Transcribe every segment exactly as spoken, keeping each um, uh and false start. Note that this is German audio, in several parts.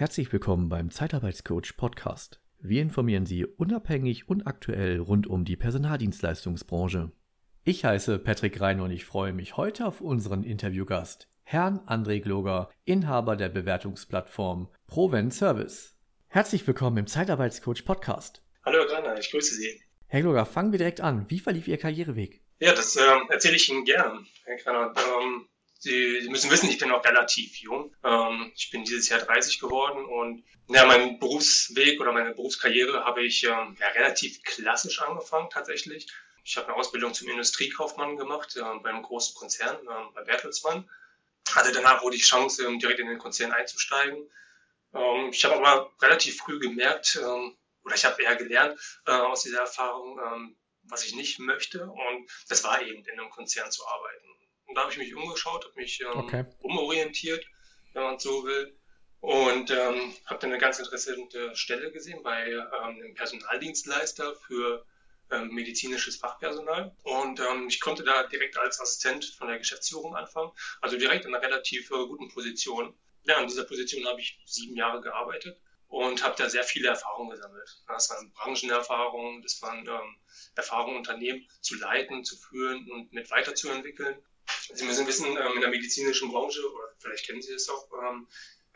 Herzlich willkommen beim Zeitarbeitscoach Podcast. Wir informieren Sie unabhängig und aktuell rund um die Personaldienstleistungsbranche. Ich heiße Patrick Reiner und ich freue mich heute auf unseren Interviewgast, Herrn André Gloger, Inhaber der Bewertungsplattform Provent Service. Herzlich willkommen im Zeitarbeitscoach Podcast. Hallo Herr Greiner, ich grüße Sie. Herr Gloger, fangen wir direkt an. Wie verlief Ihr Karriereweg? Ja, das ähm, erzähle ich Ihnen gerne, Herr Greiner. Ähm, Sie, Sie müssen wissen, ich bin noch relativ jung. Ähm, ich bin dieses Jahr dreißig geworden und ja, meinen Berufsweg oder meine Berufskarriere habe ich ähm, ja, relativ klassisch angefangen tatsächlich. Ich habe eine Ausbildung zum Industriekaufmann gemacht äh, bei einem großen Konzern, äh, bei Bertelsmann. Hatte danach wohl die Chance, ähm, direkt in den Konzern einzusteigen. Ähm, ich habe aber relativ früh gemerkt, ähm, oder ich habe eher gelernt äh, aus dieser Erfahrung, ähm, was ich nicht möchte. Und das war eben in einem Konzern zu arbeiten. Und da habe ich mich umgeschaut, habe mich ähm, okay. umorientiert, wenn man so will. Und ähm, habe dann eine ganz interessante Stelle gesehen bei ähm, einem Personaldienstleister für ähm, medizinisches Fachpersonal. Und ähm, ich konnte da direkt als Assistent von der Geschäftsführung anfangen. Also direkt in einer relativ äh, guten Position. Ja, in dieser Position habe ich sieben Jahre gearbeitet und habe da sehr viele Erfahrungen gesammelt. Das waren Branchenerfahrungen, das waren ähm, Erfahrungen, Unternehmen zu leiten, zu führen und mit weiterzuentwickeln. Sie müssen wissen, ähm, in der medizinischen Branche, oder vielleicht kennen Sie es auch, ähm,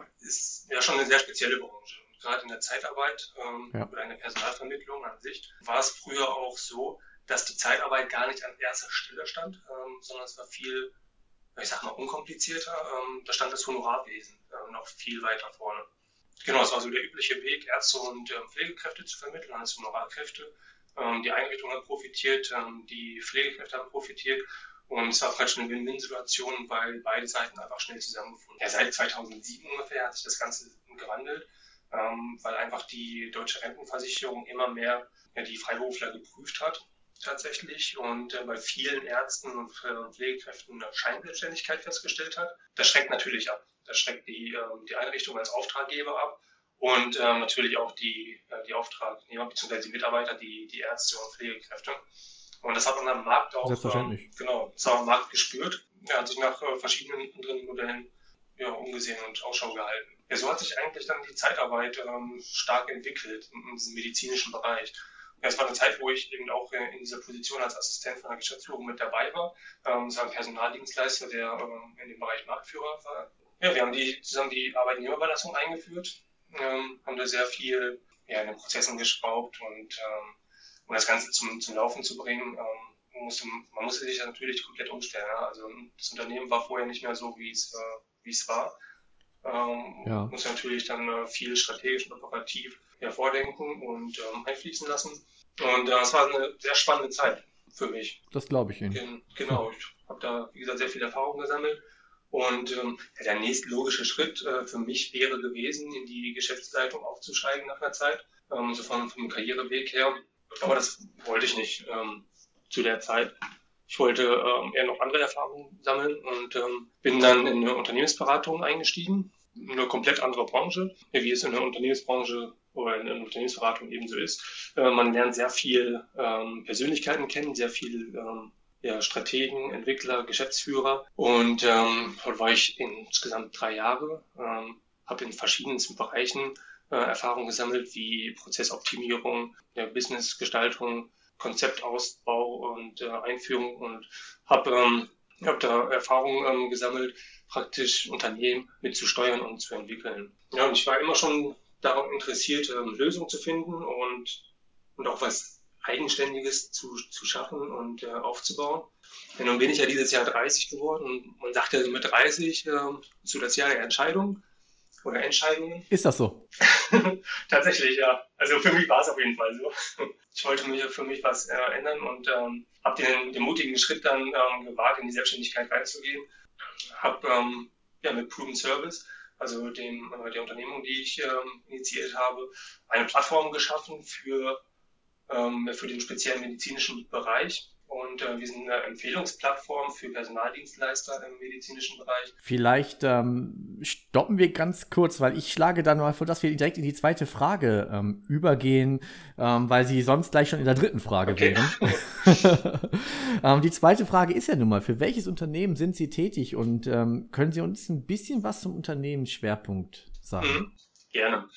ist ja schon eine sehr spezielle Branche. Und gerade in der Zeitarbeit ähm, ja. oder in der Personalvermittlung an sich war es früher auch so, dass die Zeitarbeit gar nicht an erster Stelle stand, ähm, sondern es war viel, ich sag mal, unkomplizierter. Ähm, da stand das Honorarwesen äh, noch viel weiter vorne. Genau, es war so der übliche Weg, Ärzte und ähm, Pflegekräfte zu vermitteln als Honorarkräfte. Ähm, die Einrichtung hat profitiert, ähm, die Pflegekräfte haben profitiert. Und es war praktisch eine Win-Win-Situation, weil beide Seiten einfach schnell zusammengefunden haben. Ja, seit zweitausendsieben ungefähr hat sich das Ganze gewandelt, ähm, weil einfach die deutsche Rentenversicherung immer mehr ja, die Freiberufler geprüft hat tatsächlich und äh, bei vielen Ärzten und äh, Pflegekräften eine Scheinselbstständigkeit festgestellt hat. Das schreckt natürlich ab. Das schreckt die, äh, die Einrichtung als Auftraggeber ab und äh, natürlich auch die, äh, die Auftragnehmer bzw. die Mitarbeiter, die, die Ärzte und Pflegekräfte. Und das hat man am Markt auch, Selbstverständlich. Ähm, genau, das hat am Markt gespürt. Er hat sich nach äh, verschiedenen anderen Modellen ja, umgesehen und Ausschau gehalten. Ja, so hat sich eigentlich dann die Zeitarbeit ähm, stark entwickelt in, in diesem medizinischen Bereich. Ja, es war eine Zeit, wo ich eben auch in, in dieser Position als Assistent von der Geschäftsführung mit dabei war. Ähm, es war ein Personaldienstleister, der ähm, in dem Bereich Marktführer war. Ja, wir haben die, zusammen die Arbeitnehmerüberlassung eingeführt, ähm, haben da sehr viel ja, in den Prozessen geschraubt und ähm, um das Ganze zum, zum Laufen zu bringen, ähm, musste, man musste sich natürlich komplett umstellen. Ja? Also das Unternehmen war vorher nicht mehr so, wie es, äh, wie es war. Ähm, ja. Musste natürlich dann äh, viel strategisch und operativ ja, vordenken und ähm, einfließen lassen. Und äh, es war eine sehr spannende Zeit für mich. Das glaube ich Ihnen. Gen- genau, ich habe da, wie gesagt, sehr viel Erfahrung gesammelt. Und ähm, ja, der nächste logische Schritt äh, für mich wäre gewesen, in die Geschäftsleitung aufzusteigen nach einer Zeit, ähm, so vom, vom Karriereweg her. Aber das wollte ich nicht ähm, zu der Zeit. Ich wollte ähm, eher noch andere Erfahrungen sammeln und ähm, bin dann in eine Unternehmensberatung eingestiegen. Eine komplett andere Branche, wie es in der Unternehmensbranche oder in der Unternehmensberatung eben so ist. Äh, man lernt sehr viel ähm, Persönlichkeiten kennen, sehr viel ähm, ja, Strategen, Entwickler, Geschäftsführer. Und ähm, dort war ich insgesamt drei Jahre, ähm, habe in verschiedensten Bereichen Äh, Erfahrungen gesammelt, wie Prozessoptimierung, ja, Businessgestaltung, Konzeptausbau und äh, Einführung und habe ähm, hab da Erfahrungen ähm, gesammelt, praktisch Unternehmen mitzusteuern und zu entwickeln. Ja, und ich war immer schon daran interessiert, ähm, Lösungen zu finden und, und auch was Eigenständiges zu, zu schaffen und äh, aufzubauen. Ja, nun bin ich ja dieses Jahr dreißig geworden und man sagt ja so mit dreißig äh, so das Jahr der Entscheidung. Oder Entscheidungen. Ist das so? Tatsächlich, ja. Also für mich war es auf jeden Fall so. Ich wollte mir für mich was äh, ändern und ähm, habe den, den mutigen Schritt dann ähm, gewagt, in die Selbstständigkeit reinzugehen. Habe ähm, ja, mit Provent Service, also dem, äh, der Unternehmung, die ich ähm, initiiert habe, eine Plattform geschaffen für, ähm, für den speziellen medizinischen Bereich. Und äh, wir sind eine Empfehlungsplattform für Personaldienstleister im medizinischen Bereich. Vielleicht ähm, stoppen wir ganz kurz, weil ich schlage dann mal vor, dass wir direkt in die zweite Frage ähm, übergehen, ähm, weil sie sonst gleich schon in der dritten Frage okay. wären. ähm, die zweite Frage ist ja nun mal, für welches Unternehmen sind Sie tätig und ähm, können Sie uns ein bisschen was zum Unternehmensschwerpunkt sagen? Mhm. Gerne.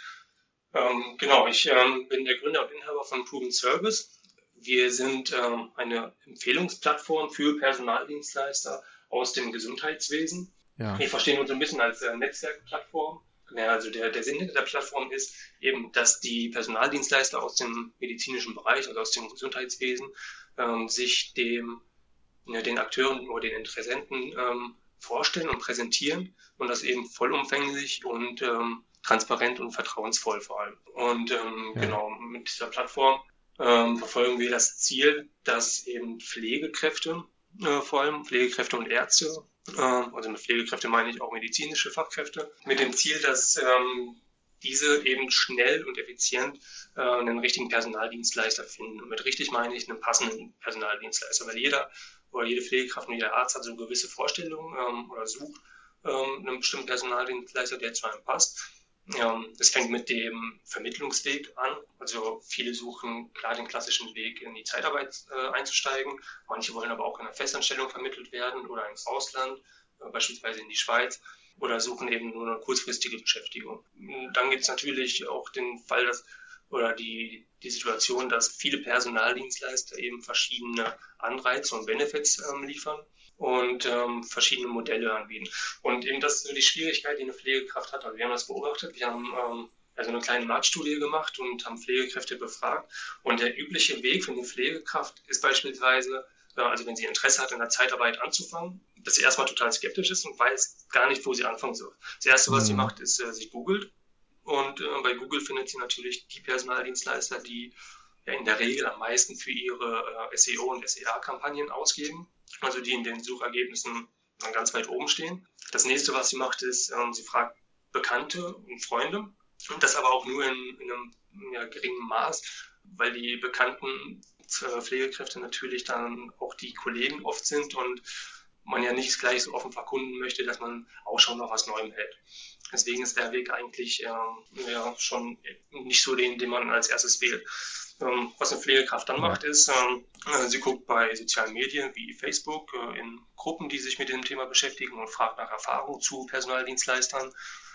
Ähm, genau, ich ähm, bin der Gründer und Inhaber von Proven Service. Wir sind ähm, eine Empfehlungsplattform für Personaldienstleister aus dem Gesundheitswesen. Ja. Wir verstehen uns ein bisschen als äh, Netzwerkplattform. Ja, also der, der Sinn hinter der Plattform ist eben, dass die Personaldienstleister aus dem medizinischen Bereich, also aus dem Gesundheitswesen, ähm, sich dem, ja, den Akteuren oder den Interessenten ähm, vorstellen und präsentieren und das eben vollumfänglich und ähm, transparent und vertrauensvoll vor allem. Und ähm, ja. genau, mit dieser Plattform ähm, verfolgen wir das Ziel, dass eben Pflegekräfte, äh, vor allem Pflegekräfte und Ärzte, äh, also mit Pflegekräfte meine ich auch medizinische Fachkräfte, mit dem Ziel, dass ähm, diese eben schnell und effizient äh, einen richtigen Personaldienstleister finden. Und mit richtig meine ich einen passenden Personaldienstleister, weil jeder oder jede Pflegekraft und jeder Arzt hat so gewisse Vorstellungen ähm, oder sucht ähm, einen bestimmten Personaldienstleister, der zu einem passt. Ähm, das fängt mit dem Vermittlungsweg an. Also viele suchen klar den klassischen Weg, in die Zeitarbeit äh, einzusteigen. Manche wollen aber auch in einer Festanstellung vermittelt werden oder ins Ausland, äh, beispielsweise in die Schweiz, oder suchen eben nur eine kurzfristige Beschäftigung. Dann gibt es natürlich auch den Fall, dass oder die, die Situation, dass viele Personaldienstleister eben verschiedene Anreize und Benefits ähm, liefern und ähm, verschiedene Modelle anbieten. Und eben das ist so die Schwierigkeit, die eine Pflegekraft hat. Also wir haben das beobachtet, wir haben ähm, also eine kleine Marktstudie gemacht und haben Pflegekräfte befragt. Und der übliche Weg für eine Pflegekraft ist beispielsweise, äh, also wenn sie Interesse hat, in der Zeitarbeit anzufangen, dass sie erstmal total skeptisch ist und weiß gar nicht, wo sie anfangen soll. Das Erste, was mhm. sie macht, ist, äh, sie googelt. Und äh, bei Google findet sie natürlich die Personaldienstleister, die ja in der Regel am meisten für ihre äh, S E O- und S E A-Kampagnen ausgeben, also die in den Suchergebnissen dann ganz weit oben stehen. Das nächste, was sie macht, ist, ähm, sie fragt Bekannte und Freunde, und das aber auch nur in, in einem ja, geringen Maß, weil die bekannten äh, Pflegekräfte natürlich dann auch die Kollegen oft sind und man ja nicht gleich so offen verkunden möchte, dass man Ausschau nach was Neuem hält. Deswegen ist der Weg eigentlich ähm, ja, schon nicht so den, den man als erstes wählt. Ähm, was eine Pflegekraft dann ja. macht, ist, ähm, sie guckt bei sozialen Medien wie Facebook äh, in Gruppen, die sich mit dem Thema beschäftigen und fragt nach Erfahrung zu Personaldienstleistern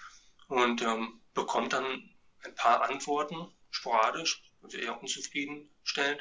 und ähm, bekommt dann ein paar Antworten, sporadisch, also eher unzufriedenstellend.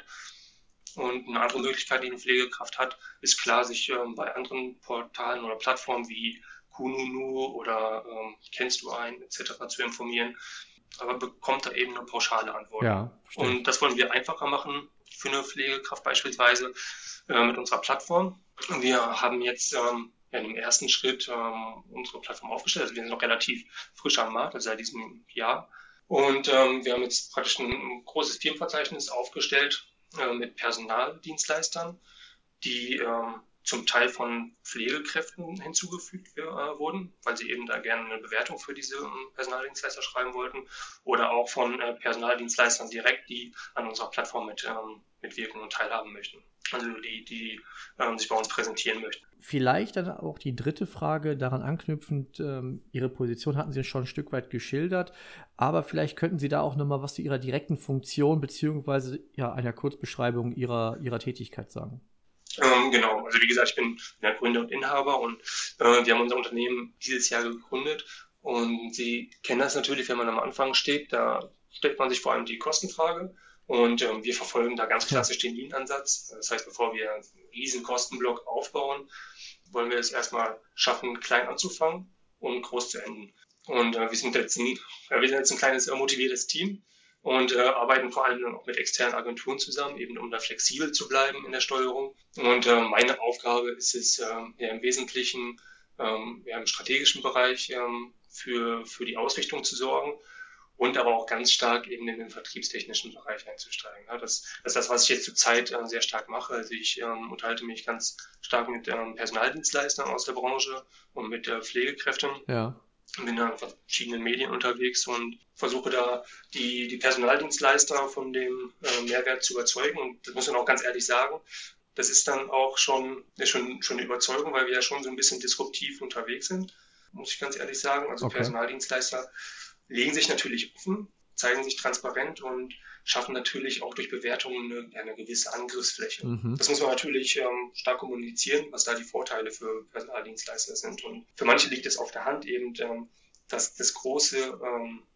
Und eine andere Möglichkeit, die eine Pflegekraft hat, ist klar, sich ähm, bei anderen Portalen oder Plattformen wie Kununu oder ähm, Kennst du einen et cetera zu informieren, aber bekommt da eben eine pauschale Antwort. Ja, und das wollen wir einfacher machen für eine Pflegekraft beispielsweise äh, mit unserer Plattform. Wir haben jetzt ähm, ja, im ersten Schritt ähm, unsere Plattform aufgestellt, also wir sind noch relativ frisch am Markt, also seit diesem Jahr. Und ähm, wir haben jetzt praktisch ein großes Firmenverzeichnis aufgestellt äh, mit Personaldienstleistern, die ähm, zum Teil von Pflegekräften hinzugefügt äh, wurden, weil sie eben da gerne eine Bewertung für diese ähm, Personaldienstleister schreiben wollten, oder auch von äh, Personaldienstleistern direkt, die an unserer Plattform mit, ähm, mitwirken und teilhaben möchten. Also die, die ähm, sich bei uns präsentieren möchten. Vielleicht dann auch die dritte Frage, daran anknüpfend, ähm, Ihre Position hatten Sie schon ein Stück weit geschildert, aber vielleicht könnten Sie da auch nochmal was zu Ihrer direkten Funktion beziehungsweise ja, einer Kurzbeschreibung Ihrer, Ihrer Tätigkeit sagen. Ähm, genau, also wie gesagt, ich bin der Gründer und Inhaber und äh, wir haben unser Unternehmen dieses Jahr gegründet und Sie kennen das natürlich, wenn man am Anfang steht, da stellt man sich vor allem die Kostenfrage und ähm, wir verfolgen da ganz klassisch den Lean-Ansatz. Das heißt, bevor wir einen riesen Kostenblock aufbauen, wollen wir es erstmal schaffen, klein anzufangen und groß zu enden. Und äh, wir sind jetzt ein, ja, wir sind jetzt ein kleines, äh, motiviertes Team und äh, arbeiten vor allem dann auch mit externen Agenturen zusammen, eben um da flexibel zu bleiben in der Steuerung. Und äh, meine Aufgabe ist es äh, ja, im Wesentlichen ähm, ja, im strategischen Bereich ähm, für, für die Ausrichtung zu sorgen und aber auch ganz stark eben in den vertriebstechnischen Bereich einzusteigen. Ja, das, das ist das, was ich jetzt zurzeit äh, sehr stark mache. Also ich ähm, unterhalte mich ganz stark mit ähm, Personaldienstleistern aus der Branche und mit äh, Pflegekräften. Ja. Bin da in verschiedenen Medien unterwegs und versuche da die, die Personaldienstleister von dem äh, Mehrwert zu überzeugen. Und das muss man auch ganz ehrlich sagen, das ist dann auch schon, ja, schon, schon eine Überzeugung, weil wir ja schon so ein bisschen disruptiv unterwegs sind, muss ich ganz ehrlich sagen. Also okay. Personaldienstleister legen sich natürlich offen, zeigen sich transparent und schaffen natürlich auch durch Bewertungen eine, eine gewisse Angriffsfläche. Mhm. Das muss man natürlich ähm, stark kommunizieren, was da die Vorteile für Personaldienstleister sind. Und für manche liegt es auf der Hand eben, ähm, dass das große ähm,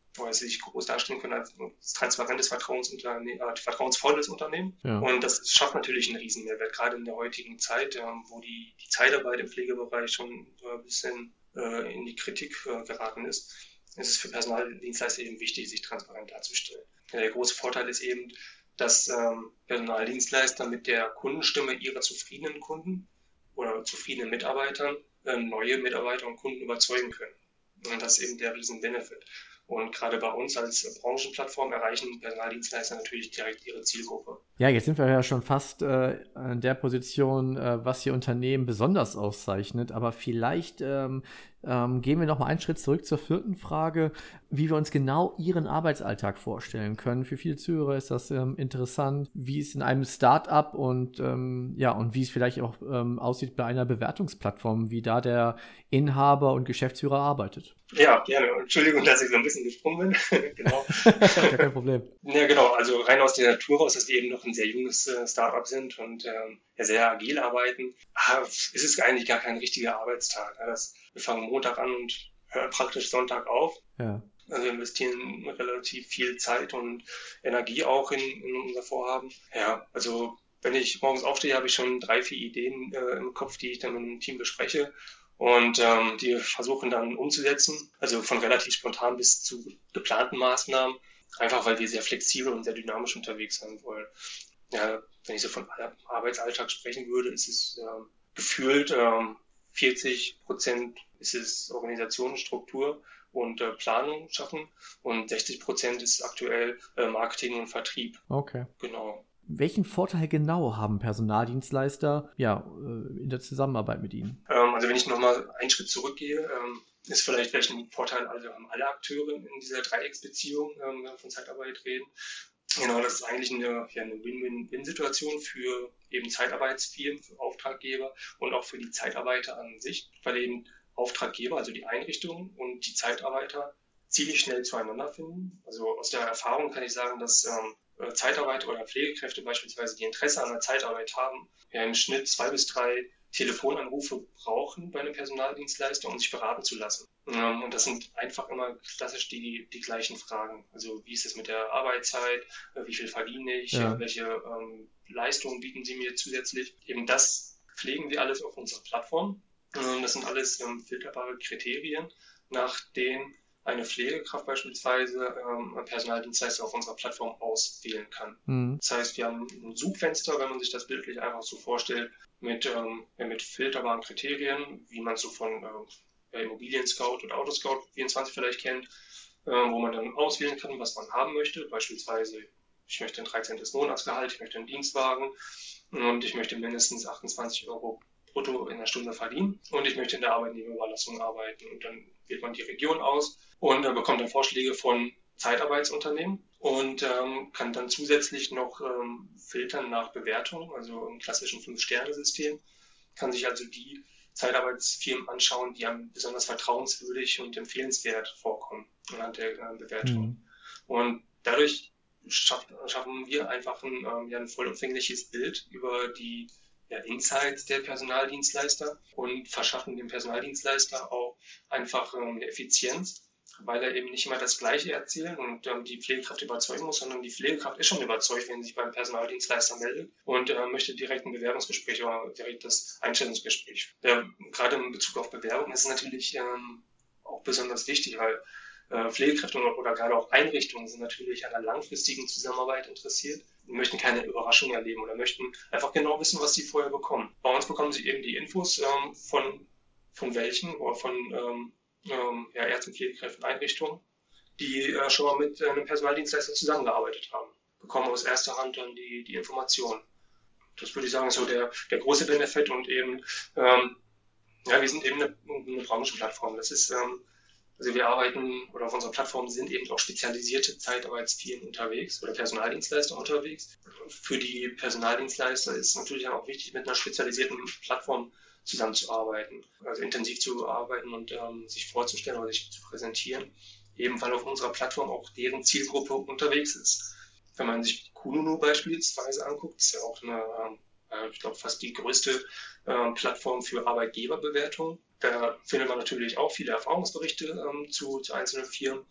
weil sie sich groß darstellen können als transparentes, Vertrauensunternehmen, äh, vertrauensvolles Unternehmen. Ja. Und das schafft natürlich einen riesen Mehrwert, gerade in der heutigen Zeit, äh, wo die, die Zeitarbeit im Pflegebereich schon äh, ein bisschen äh, in die Kritik äh, geraten ist. Es ist für Personaldienstleister eben wichtig, sich transparent darzustellen. Ja, der große Vorteil ist eben, dass ähm, Personaldienstleister mit der Kundenstimme ihrer zufriedenen Kunden oder zufriedenen Mitarbeitern äh, neue Mitarbeiter und Kunden überzeugen können. Und das ist eben der riesen Benefit. Und gerade bei uns als Branchenplattform erreichen Personaldienstleister natürlich direkt ihre Zielgruppe. Ja, jetzt sind wir ja schon fast äh, an der Position, äh, was Ihr Unternehmen besonders auszeichnet. Aber vielleicht ähm, ähm, gehen wir noch mal einen Schritt zurück zur vierten Frage, wie wir uns genau Ihren Arbeitsalltag vorstellen können. Für viele Zuhörer ist das ähm, interessant, wie es in einem Start-up und ähm, ja und wie es vielleicht auch ähm, aussieht bei einer Bewertungsplattform, wie da der Inhaber und Geschäftsführer arbeitet. Ja, gerne. Entschuldigung, dass ich so ein bisschen gesprungen bin. Genau. Gar kein Problem. Ja, genau. Also rein aus der Natur raus, dass wir eben noch ein sehr junges äh, Startup sind und ähm, ja, sehr agil arbeiten, ah, ist es eigentlich gar kein richtiger Arbeitstag. Ja, das, wir fangen Montag an und hören praktisch Sonntag auf. Ja. Also wir investieren relativ viel Zeit und Energie auch in, in unser Vorhaben. Ja, also wenn ich morgens aufstehe, habe ich schon drei, vier Ideen äh, im Kopf, die ich dann mit dem Team bespreche. Und ähm, die versuchen dann umzusetzen, also von relativ spontan bis zu geplanten Maßnahmen, einfach weil wir sehr flexibel und sehr dynamisch unterwegs sein wollen. Ja, wenn ich so von Arbeitsalltag sprechen würde, ist es ähm, gefühlt ähm, vierzig Prozent ist es Organisationsstruktur und äh, Planung schaffen und sechzig Prozent ist aktuell äh, Marketing und Vertrieb. Okay. Genau. Welchen Vorteil genau haben Personaldienstleister ja, in der Zusammenarbeit mit Ihnen? Ähm, also wenn ich nochmal einen Schritt zurückgehe, ähm, ist vielleicht welchen Vorteil also haben alle Akteure in dieser Dreiecksbeziehung, ähm, wenn wir von Zeitarbeit reden. Genau, das ist eigentlich eine, ja, eine Win-Win-Win-Situation für eben Zeitarbeitsfirmen, für Auftraggeber und auch für die Zeitarbeiter an sich, weil eben Auftraggeber, also die Einrichtungen und die Zeitarbeiter ziemlich schnell zueinander finden. Also aus der Erfahrung kann ich sagen, dass ähm, Zeitarbeiter oder Pflegekräfte beispielsweise, die Interesse an der Zeitarbeit haben, ja im Schnitt zwei bis drei Telefonanrufe brauchen bei einem Personaldienstleister, um sich beraten zu lassen. Und das sind einfach immer klassisch die, die gleichen Fragen. Also wie ist es mit der Arbeitszeit, wie viel verdiene ich, ja. welche ähm, Leistungen bieten sie mir zusätzlich. Eben das pflegen wir alles auf unserer Plattform. Das sind alles ähm, filterbare Kriterien, nach denen eine Pflegekraft beispielsweise ähm, ein Personaldienstleister auf unserer Plattform auswählen kann. Mhm. Das heißt, wir haben ein Suchfenster, wenn man sich das bildlich einfach so vorstellt, mit, ähm, mit filterbaren Kriterien, wie man es so von äh, Immobilien Scout und Autoscout vierundzwanzig vielleicht kennt, äh, wo man dann auswählen kann, was man haben möchte. Beispielsweise, ich möchte ein dreizehntes Monatsgehalt, ich möchte einen Dienstwagen und ich möchte mindestens achtundzwanzig Euro brutto in der Stunde verdienen und ich möchte in der Arbeitnehmerüberlassung arbeiten. Und dann wählt man die Region aus und äh, bekommt dann Vorschläge von Zeitarbeitsunternehmen und ähm, kann dann zusätzlich noch ähm, filtern nach Bewertung, also im klassischen Fünf-Sterne-System, kann sich also die Zeitarbeitsfirmen anschauen, die einem besonders vertrauenswürdig und empfehlenswert vorkommen anhand der äh, Bewertung. Mhm. Und dadurch schaff, schaffen wir einfach ein, ähm, ja, ein vollumfängliches Bild über die ja, Insights der Personaldienstleister und verschaffen dem Personaldienstleister auch einfach ähm, eine Effizienz, weil er eben nicht immer das Gleiche erzählt und ähm, die Pflegekraft überzeugen muss, sondern die Pflegekraft ist schon überzeugt, wenn sie sich beim Personaldienstleister meldet und äh, möchte direkt ein Bewerbungsgespräch oder direkt das Einstellungsgespräch. Ja, gerade in Bezug auf Bewerbung ist es natürlich ähm, auch besonders wichtig, weil äh, Pflegekräfte oder, oder gerade auch Einrichtungen sind natürlich an einer langfristigen Zusammenarbeit interessiert und möchten keine Überraschung erleben oder möchten einfach genau wissen, was sie vorher bekommen. Bei uns bekommen sie eben die Infos ähm, von, von welchen oder von ähm, ähm, ja, Ärzten, Pflegekräften, Einrichtungen, die äh, schon mal mit äh, einem Personaldienstleister zusammengearbeitet haben, bekommen aus erster Hand dann die, die Informationen. Das würde ich sagen, ist so der, der große Benefit und eben, ähm, ja, wir sind eben eine, eine Branchenplattform. Das ist, ähm, also wir arbeiten oder auf unserer Plattform sind eben auch spezialisierte Zeitarbeitsfirmen unterwegs oder Personaldienstleister unterwegs. Für die Personaldienstleister ist es natürlich auch wichtig, mit einer spezialisierten Plattform zusammenzuarbeiten, also intensiv zu arbeiten und ähm, sich vorzustellen oder sich zu präsentieren, eben weil auf unserer Plattform auch deren Zielgruppe unterwegs ist. Wenn man sich Kununu beispielsweise anguckt, ist ja auch eine, äh, ich glaube, fast die größte äh, Plattform für Arbeitgeberbewertung. Da findet man natürlich auch viele Erfahrungsberichte ähm, zu, zu einzelnen Firmen.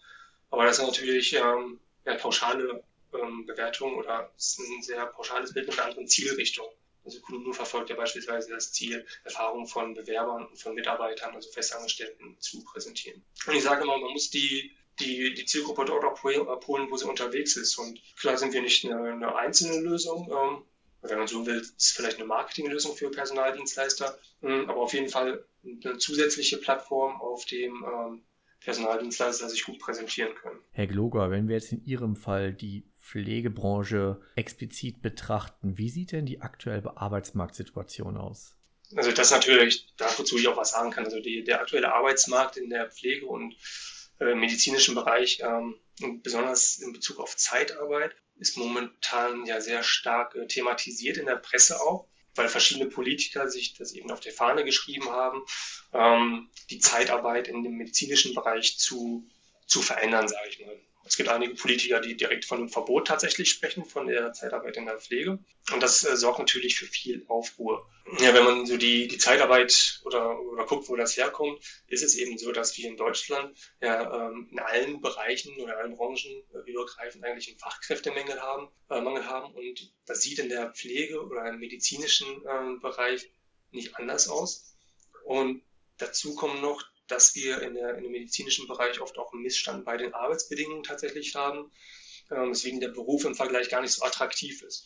Aber das ist natürlich ähm, eine pauschale ähm, Bewertung oder ist ein sehr pauschales Bild mit einer anderen Zielrichtung. Also Kununu verfolgt ja beispielsweise das Ziel, Erfahrungen von Bewerbern und von Mitarbeitern, also Festangestellten, zu präsentieren. Und ich sage immer, man muss die, die, die Zielgruppe dort abholen, wo sie unterwegs ist. Und klar sind wir nicht eine, eine einzelne Lösung. Ähm, wenn man so will, ist es vielleicht eine Marketinglösung für Personaldienstleister, aber auf jeden Fall eine zusätzliche Plattform, auf dem ähm, Personaldienstleister sich gut präsentieren können. Herr Gloger, wenn wir jetzt in Ihrem Fall die Pflegebranche explizit betrachten, wie sieht denn die aktuelle Arbeitsmarktsituation aus? Also das natürlich, dazu ich auch was sagen kann, also die, der aktuelle Arbeitsmarkt in der Pflege- und äh, medizinischen Bereich, ähm, besonders in Bezug auf Zeitarbeit, ist momentan ja sehr stark äh, thematisiert in der Presse auch, weil verschiedene Politiker sich das eben auf die Fahne geschrieben haben, ähm, die Zeitarbeit in dem medizinischen Bereich zu, zu verändern, sage ich mal. Es gibt einige Politiker, die direkt von einem Verbot tatsächlich sprechen, von der Zeitarbeit in der Pflege. Und das äh, sorgt natürlich für viel Aufruhr. Ja, wenn man so die, die Zeitarbeit oder, oder guckt, wo das herkommt, ist es eben so, dass wir in Deutschland ja ähm, in allen Bereichen oder in allen Branchen äh, übergreifend eigentlich einen Fachkräftemangel haben, äh, Mangel haben. Und das sieht in der Pflege oder im medizinischen äh, Bereich nicht anders aus. Und dazu kommen noch, dass wir in, der, in dem medizinischen Bereich oft auch einen Missstand bei den Arbeitsbedingungen tatsächlich haben, ähm, weswegen der Beruf im Vergleich gar nicht so attraktiv ist.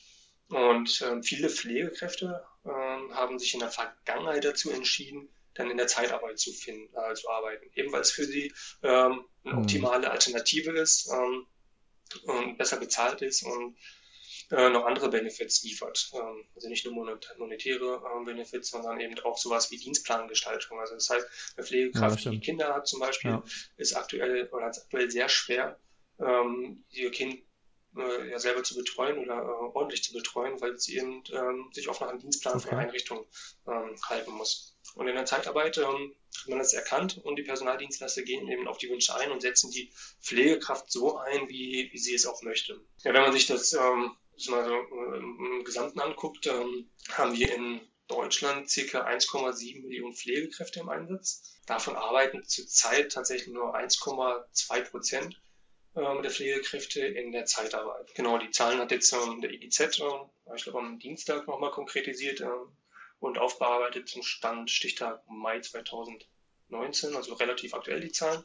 Und ähm, viele Pflegekräfte ähm, haben sich in der Vergangenheit dazu entschieden, dann in der Zeitarbeit zu finden, äh, zu arbeiten. Eben weil es für sie ähm, eine optimale Alternative ist ähm, und besser bezahlt ist und äh, noch andere Benefits liefert. Ähm, also nicht nur monetäre äh, Benefits, sondern eben auch sowas wie Dienstplangestaltung. Also das heißt, eine Pflegekraft, Ja, die Kinder hat zum Beispiel, ja. ist aktuell oder hat es aktuell sehr schwer, ähm, ihr Kind äh, ja selber zu betreuen oder äh, ordentlich zu betreuen, weil sie eben ähm, sich oft nach einem Dienstplan okay. von der Einrichtung ähm, halten muss. Und in der Zeitarbeit ähm, hat man das erkannt und die Personaldienstleister gehen eben auf die Wünsche ein und setzen die Pflegekraft so ein, wie, wie sie es auch möchte. Ja, wenn man sich das ähm, das mal so im Gesamten anguckt, ähm, haben wir in Deutschland ca. eins Komma sieben Millionen Pflegekräfte im Einsatz. Davon arbeiten zurzeit tatsächlich nur eins Komma zwei Prozent äh, der Pflegekräfte in der Zeitarbeit. Genau, die Zahlen hat jetzt ähm, der I G Z, äh, ich glaube am Dienstag nochmal konkretisiert äh, und aufbearbeitet zum Stand Stichtag Mai zweitausendneunzehn, also relativ aktuell die Zahlen.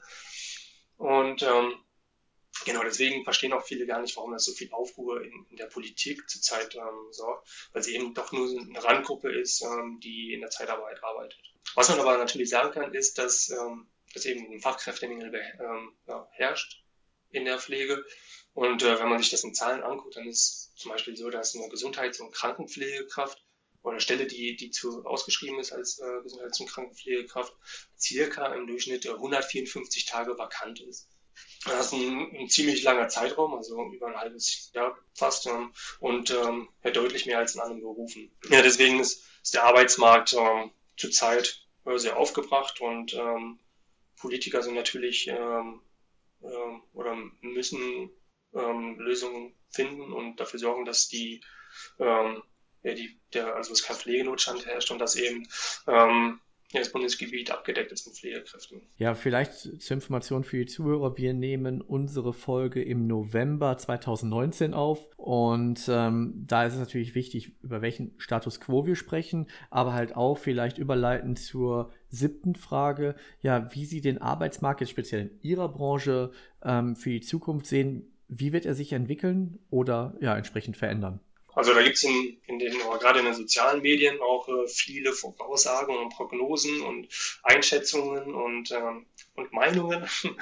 Und ähm, Genau, deswegen verstehen auch viele gar nicht, warum das so viel Aufruhr in, in der Politik zurzeit ähm, sorgt, weil sie eben doch nur eine Randgruppe ist, ähm, die in der Zeitarbeit arbeitet. Was man aber natürlich sagen kann, ist, dass, ähm, dass eben ein Fachkräftemangel ähm, ja, herrscht in der Pflege. Und äh, wenn man sich das in Zahlen anguckt, dann ist zum Beispiel so, dass eine Gesundheits- und Krankenpflegekraft oder eine Stelle, die, die zu ausgeschrieben ist als äh, Gesundheits- und Krankenpflegekraft, circa im Durchschnitt äh, hundertvierundfünfzig Tage vakant ist. Das ist ein, ein ziemlich langer Zeitraum, also über ein halbes Jahr fast ähm, und ähm, ja, deutlich mehr als in anderen Berufen. Ja, deswegen ist, ist der Arbeitsmarkt ähm, zurzeit äh, sehr aufgebracht und ähm, Politiker sind natürlich ähm, ähm, oder müssen ähm, Lösungen finden und dafür sorgen, dass die, ähm, ja, die der, also es kein Pflegenotstand herrscht und dass eben ähm, Ja, das Bundesgebiet abgedeckt ist mit Pflegekräften. Ja, vielleicht zur Information für die Zuhörer. Wir nehmen unsere Folge im November zweitausendneunzehn auf und ähm, da ist es natürlich wichtig, über welchen Status Quo wir sprechen, aber halt auch vielleicht überleiten zur siebten Frage, ja, wie Sie den Arbeitsmarkt jetzt speziell in Ihrer Branche ähm, für die Zukunft sehen. Wie wird er sich entwickeln oder ja entsprechend verändern? Also da gibt es in, in den, oder gerade in den sozialen Medien auch äh, viele Voraussagen und Prognosen und Einschätzungen und, ähm, und Meinungen.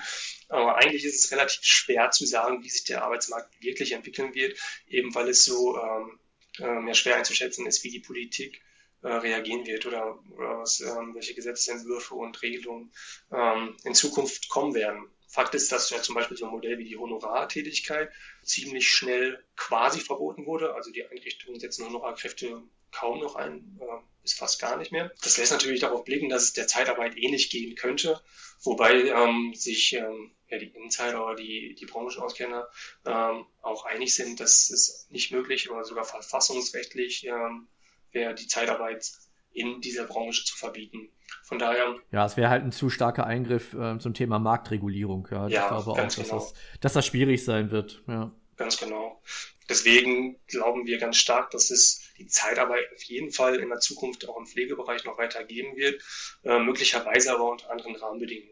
Aber eigentlich ist es relativ schwer zu sagen, wie sich der Arbeitsmarkt wirklich entwickeln wird, eben weil es so ähm, äh, mehr schwer einzuschätzen ist, wie die Politik äh, reagieren wird oder, oder was, ähm, welche Gesetzesentwürfe und Regelungen ähm, in Zukunft kommen werden. Fakt ist, dass ja zum Beispiel so ein Modell wie die Honorartätigkeit ziemlich schnell quasi verboten wurde. Also die Einrichtungen setzen Honorarkräfte kaum noch ein, äh, bis fast gar nicht mehr. Das lässt natürlich darauf blicken, dass es der Zeitarbeit ähnlich gehen könnte, wobei ähm, sich ähm, ja, die Insider oder die, die Branchenauskenner ähm, auch einig sind, dass es nicht möglich oder sogar verfassungsrechtlich ähm, wäre, die Zeitarbeit in dieser Branche zu verbieten. Von daher... Ja, es wäre halt ein zu starker Eingriff äh, zum Thema Marktregulierung. Ja, ja ich glaube auch, dass, genau. das, dass das schwierig sein wird. Ja. Ganz genau. Deswegen glauben wir ganz stark, dass es die Zeitarbeit auf jeden Fall in der Zukunft auch im Pflegebereich noch weiter geben wird, äh, möglicherweise aber unter anderen Rahmenbedingungen.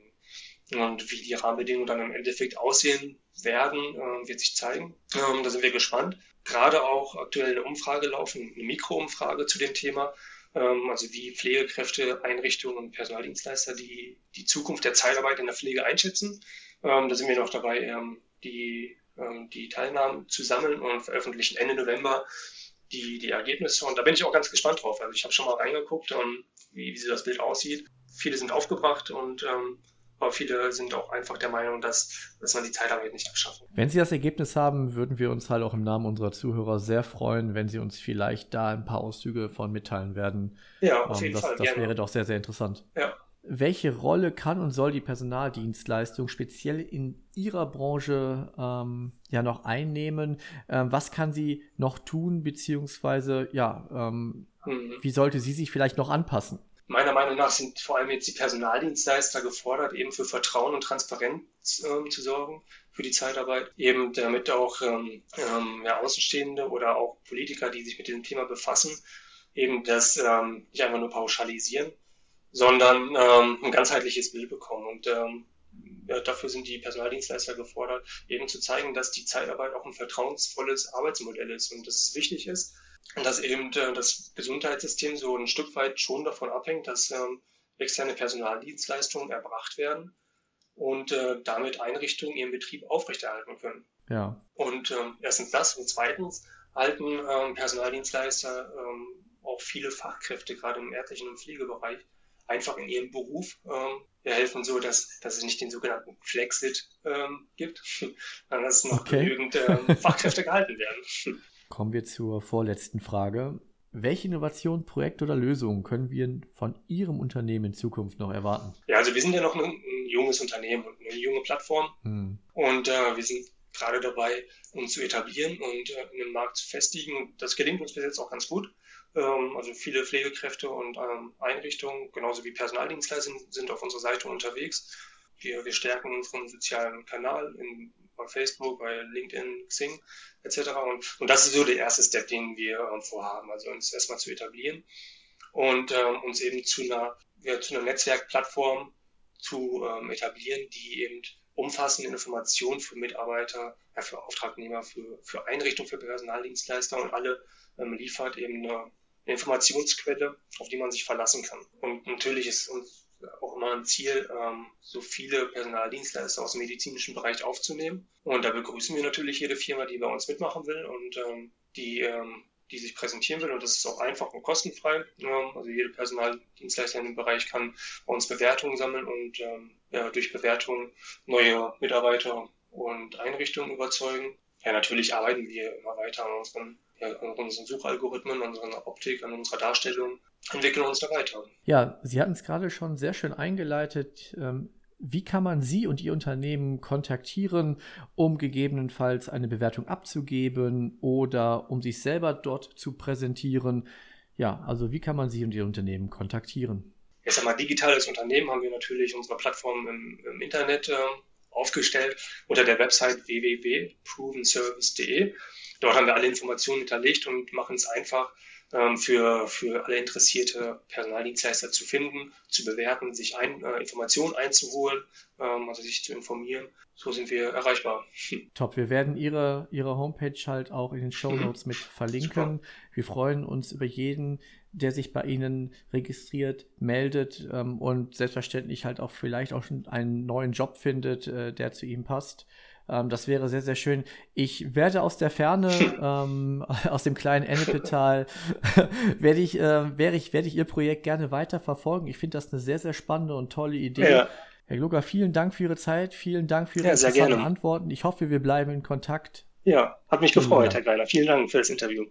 Und wie die Rahmenbedingungen dann im Endeffekt aussehen werden, äh, wird sich zeigen. Ähm, da sind wir gespannt. Gerade auch aktuell eine Umfrage laufen, eine Mikroumfrage zu dem Thema, ähm, also wie Pflegekräfte, Einrichtungen und Personaldienstleister die, die Zukunft der Zeitarbeit in der Pflege einschätzen. Ähm, da sind wir noch dabei, ähm, die die Teilnahmen zu sammeln und veröffentlichen Ende November die, die Ergebnisse. Und da bin ich auch ganz gespannt drauf. Also ich habe schon mal reingeguckt, um, wie, wie so das Bild aussieht. Viele sind aufgebracht und ähm, aber viele sind auch einfach der Meinung, dass, dass man die Zeitarbeit nicht abschaffen. Wenn Sie das Ergebnis haben, würden wir uns halt auch im Namen unserer Zuhörer sehr freuen, wenn Sie uns vielleicht da ein paar Auszüge von mitteilen werden. Ja, auf jeden das, Fall. Das gerne. wäre doch sehr, sehr interessant. Ja. Welche Rolle kann und soll die Personaldienstleistung speziell in Ihrer Branche ähm, ja noch einnehmen? Ähm, was kann sie noch tun, beziehungsweise ja, ähm, mhm. wie sollte sie sich vielleicht noch anpassen? Meiner Meinung nach sind vor allem jetzt die Personaldienstleister gefordert, eben für Vertrauen und Transparenz ähm, zu sorgen für die Zeitarbeit, eben damit auch ähm, ähm, ja, Außenstehende oder auch Politiker, die sich mit diesem Thema befassen, eben das ähm, nicht einfach nur pauschalisieren, sondern ähm, ein ganzheitliches Bild bekommen. Und ähm, ja, dafür sind die Personaldienstleister gefordert, eben zu zeigen, dass die Zeitarbeit auch ein vertrauensvolles Arbeitsmodell ist und dass es wichtig ist und dass eben äh, das Gesundheitssystem so ein Stück weit schon davon abhängt, dass ähm, externe Personaldienstleistungen erbracht werden und äh, damit Einrichtungen ihren Betrieb aufrechterhalten können. Ja. Und ähm, erstens das und zweitens halten ähm, Personaldienstleister ähm, auch viele Fachkräfte, gerade im ärztlichen und Pflegebereich, einfach in ihrem Beruf ähm, ja, helfen so, dass, dass es nicht den sogenannten Flexit ähm, gibt, sondern dass noch okay. genügend ähm, Fachkräfte gehalten werden. Kommen wir zur vorletzten Frage. Welche Innovation, Projekt oder Lösungen können wir von Ihrem Unternehmen in Zukunft noch erwarten? Ja, also wir sind ja noch ein, ein junges Unternehmen und eine junge Plattform hm. und äh, wir sind gerade dabei, uns zu etablieren und äh, in den Markt zu festigen. Das gelingt uns bis jetzt auch ganz gut. Also viele Pflegekräfte und ähm, Einrichtungen, genauso wie Personaldienstleister sind, sind auf unserer Seite unterwegs. Wir, wir stärken unseren sozialen Kanal in, bei Facebook, bei LinkedIn, Xing et cetera. Und, und das ist so der erste Step, den wir ähm, vorhaben, also uns erstmal zu etablieren und ähm, uns eben zu einer, ja, zu einer Netzwerkplattform zu ähm, etablieren, die eben umfassende Informationen für Mitarbeiter, ja, für Auftragnehmer, für, für Einrichtungen, für Personaldienstleister und alle ähm, liefert eben eine Informationsquelle, auf die man sich verlassen kann. Und natürlich ist uns auch immer ein Ziel, so viele Personaldienstleister aus dem medizinischen Bereich aufzunehmen. Und da begrüßen wir natürlich jede Firma, die bei uns mitmachen will und die, die sich präsentieren will. Und das ist auch einfach und kostenfrei. Also jede Personaldienstleister in dem Bereich kann bei uns Bewertungen sammeln und ja, durch Bewertungen neue Mitarbeiter und Einrichtungen überzeugen. Ja, natürlich arbeiten wir immer weiter an unseren Ja, an unseren Suchalgorithmen, an unserer Optik, an unserer Darstellung, entwickeln uns da weiter. Ja, Sie hatten es gerade schon sehr schön eingeleitet. Wie kann man Sie und Ihr Unternehmen kontaktieren, um gegebenenfalls eine Bewertung abzugeben oder um sich selber dort zu präsentieren? Ja, also wie kann man Sie und Ihr Unternehmen kontaktieren? Jetzt einmal digitales Unternehmen haben wir natürlich unsere Plattform im, im Internet äh, aufgestellt unter der Website w w w punkt proven service punkt d e. Dort haben wir alle Informationen hinterlegt und machen es einfach ähm, für, für alle interessierte Personaldienstleister zu finden, zu bewerten, sich ein, äh, Informationen einzuholen, ähm, also sich zu informieren. So sind wir erreichbar. Top, wir werden Ihre, Ihre Homepage halt auch in den Shownotes mit verlinken. Super. Wir freuen uns über jeden, der sich bei Ihnen registriert, meldet ähm, und selbstverständlich halt auch vielleicht auch schon einen neuen Job findet, äh, der zu ihm passt. Ähm, das wäre sehr, sehr schön. Ich werde aus der Ferne, ähm, aus dem kleinen Ennepetal, werde ich, äh, werde ich, werde ich Ihr Projekt gerne weiter verfolgen. Ich finde das eine sehr, sehr spannende und tolle Idee. Ja. Herr Glucker, vielen Dank für Ihre Zeit, vielen Dank für Ihre ja, interessanten Antworten. Ich hoffe, wir bleiben in Kontakt. Ja, hat mich vielen gefreut, Dank. Herr Greiner. Vielen Dank für das Interview.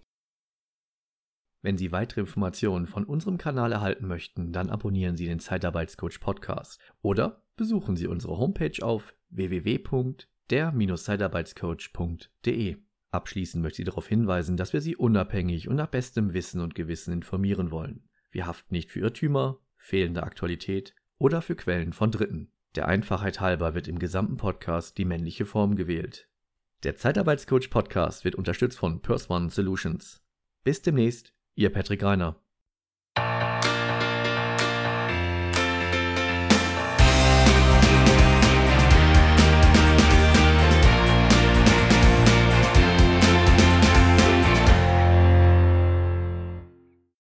Wenn Sie weitere Informationen von unserem Kanal erhalten möchten, dann abonnieren Sie den Zeitarbeitscoach Podcast oder besuchen Sie unsere Homepage auf w w w punkt der Zeitarbeitscoach punkt d e. Abschließend möchte ich darauf hinweisen, dass wir Sie unabhängig und nach bestem Wissen und Gewissen informieren wollen. Wir haften nicht für Irrtümer, fehlende Aktualität oder für Quellen von Dritten. Der Einfachheit halber wird im gesamten Podcast die männliche Form gewählt. Der Zeitarbeitscoach Podcast wird unterstützt von Purse One Solutions. Bis demnächst, Ihr Patrick Reiner.